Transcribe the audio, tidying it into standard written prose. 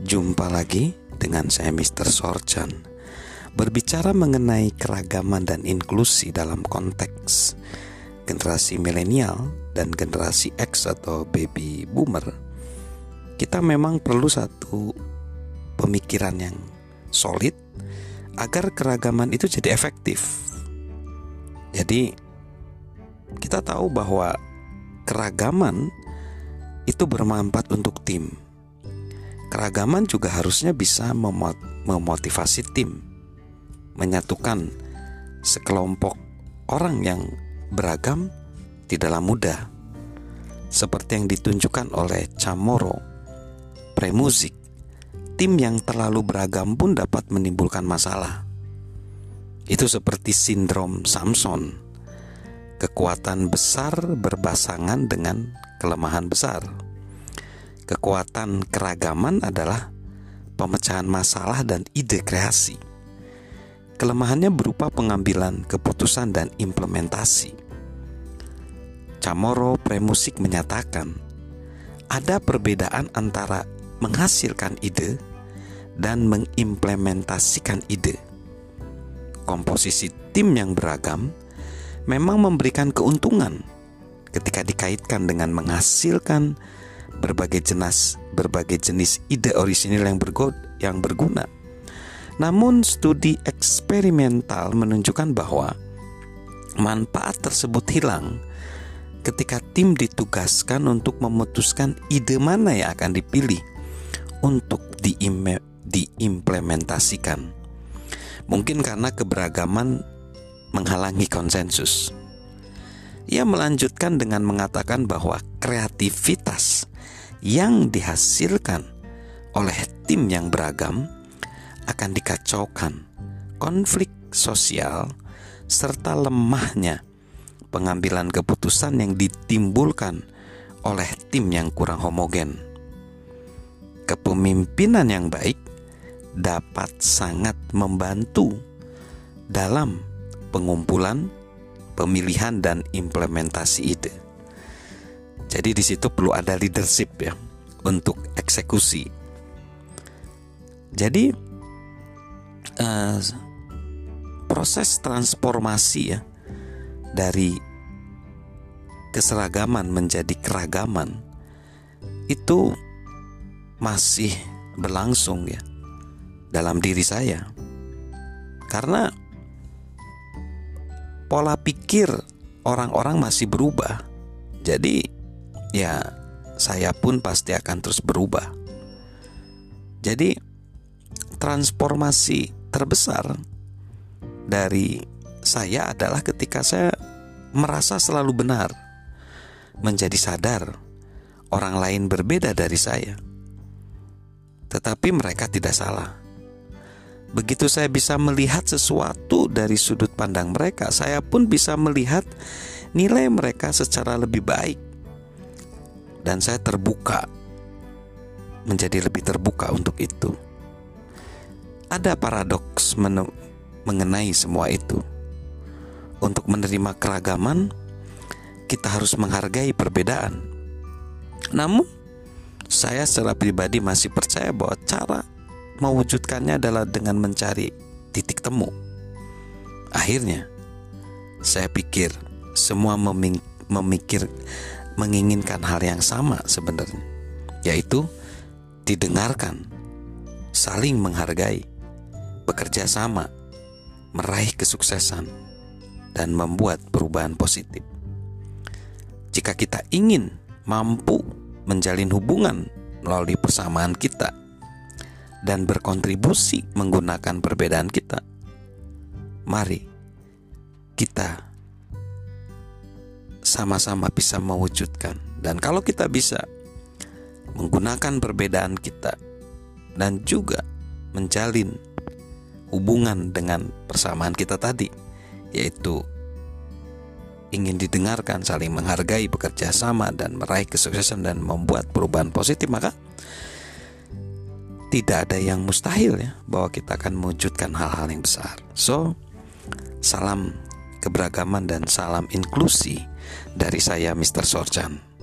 Jumpa lagi dengan saya Mr. Sorchan, berbicara mengenai keragaman dan inklusi dalam konteks generasi milenial dan generasi X atau baby boomer. Kita memang perlu satu pemikiran yang solid agar keragaman itu jadi efektif. Jadi kita tahu bahwa keragaman itu bermanfaat untuk tim. Keragaman juga harusnya bisa memotivasi tim, menyatukan sekelompok orang yang beragam tidaklah mudah, seperti yang ditunjukkan oleh Chamorro Premuzik. Tim yang terlalu beragam pun dapat menimbulkan masalah. Itu seperti sindrom Samson, kekuatan besar berpasangan dengan kelemahan besar. Kekuatan keragaman adalah pemecahan masalah dan ide kreasi. Kelemahannya berupa pengambilan keputusan dan implementasi. Chamorro Premuzik menyatakan, ada perbedaan antara menghasilkan ide dan mengimplementasikan ide. Komposisi tim yang beragam memang memberikan keuntungan ketika dikaitkan dengan menghasilkan berbagai jenis ide orisinil yang berguna. Namun studi eksperimental menunjukkan bahwa manfaat tersebut hilang ketika tim ditugaskan untuk memutuskan ide mana yang akan dipilih untuk diimplementasikan. Mungkin karena keberagaman menghalangi konsensus. Ia melanjutkan dengan mengatakan bahwa kreativitas yang dihasilkan oleh tim yang beragam akan dikacaukan konflik sosial serta lemahnya pengambilan keputusan yang ditimbulkan oleh tim yang kurang homogen. Kepemimpinan yang baik dapat sangat membantu dalam pengumpulan, pemilihan dan implementasi ide. Jadi di situ perlu ada leadership ya untuk eksekusi. Jadi proses transformasi ya dari keseragaman menjadi keragaman itu masih berlangsung ya dalam diri saya. Karena pola pikir orang-orang masih berubah. Jadi ya saya pun pasti akan terus berubah. Jadi transformasi terbesar dari saya adalah ketika saya merasa selalu benar, menjadi sadar orang lain berbeda dari saya, tetapi mereka tidak salah. Begitu saya bisa melihat sesuatu dari sudut pandang mereka, saya pun bisa melihat nilai mereka secara lebih baik. Dan saya terbuka, menjadi lebih terbuka untuk itu. Ada paradoks mengenai semua itu. Untuk menerima keragaman, kita harus menghargai perbedaan. Namun, saya secara pribadi masih percaya bahwa cara mewujudkannya adalah dengan mencari titik temu. Akhirnya, saya pikir semua menginginkan hal yang sama sebenarnya, yaitu didengarkan, saling menghargai, bekerja sama, meraih kesuksesan, dan membuat perubahan positif. Jika kita ingin mampu menjalin hubungan melalui persamaan kita dan berkontribusi menggunakan perbedaan kita, mari kita sama-sama bisa mewujudkan. Dan kalau kita bisa menggunakan perbedaan kita dan juga menjalin hubungan dengan persamaan kita tadi, yaitu ingin didengarkan, saling menghargai, bekerja sama, dan meraih kesuksesan dan membuat perubahan positif, maka tidak ada yang mustahil ya bahwa kita akan mewujudkan hal-hal yang besar. So, salam keberagaman dan salam inklusi dari saya Mr. Sorchan.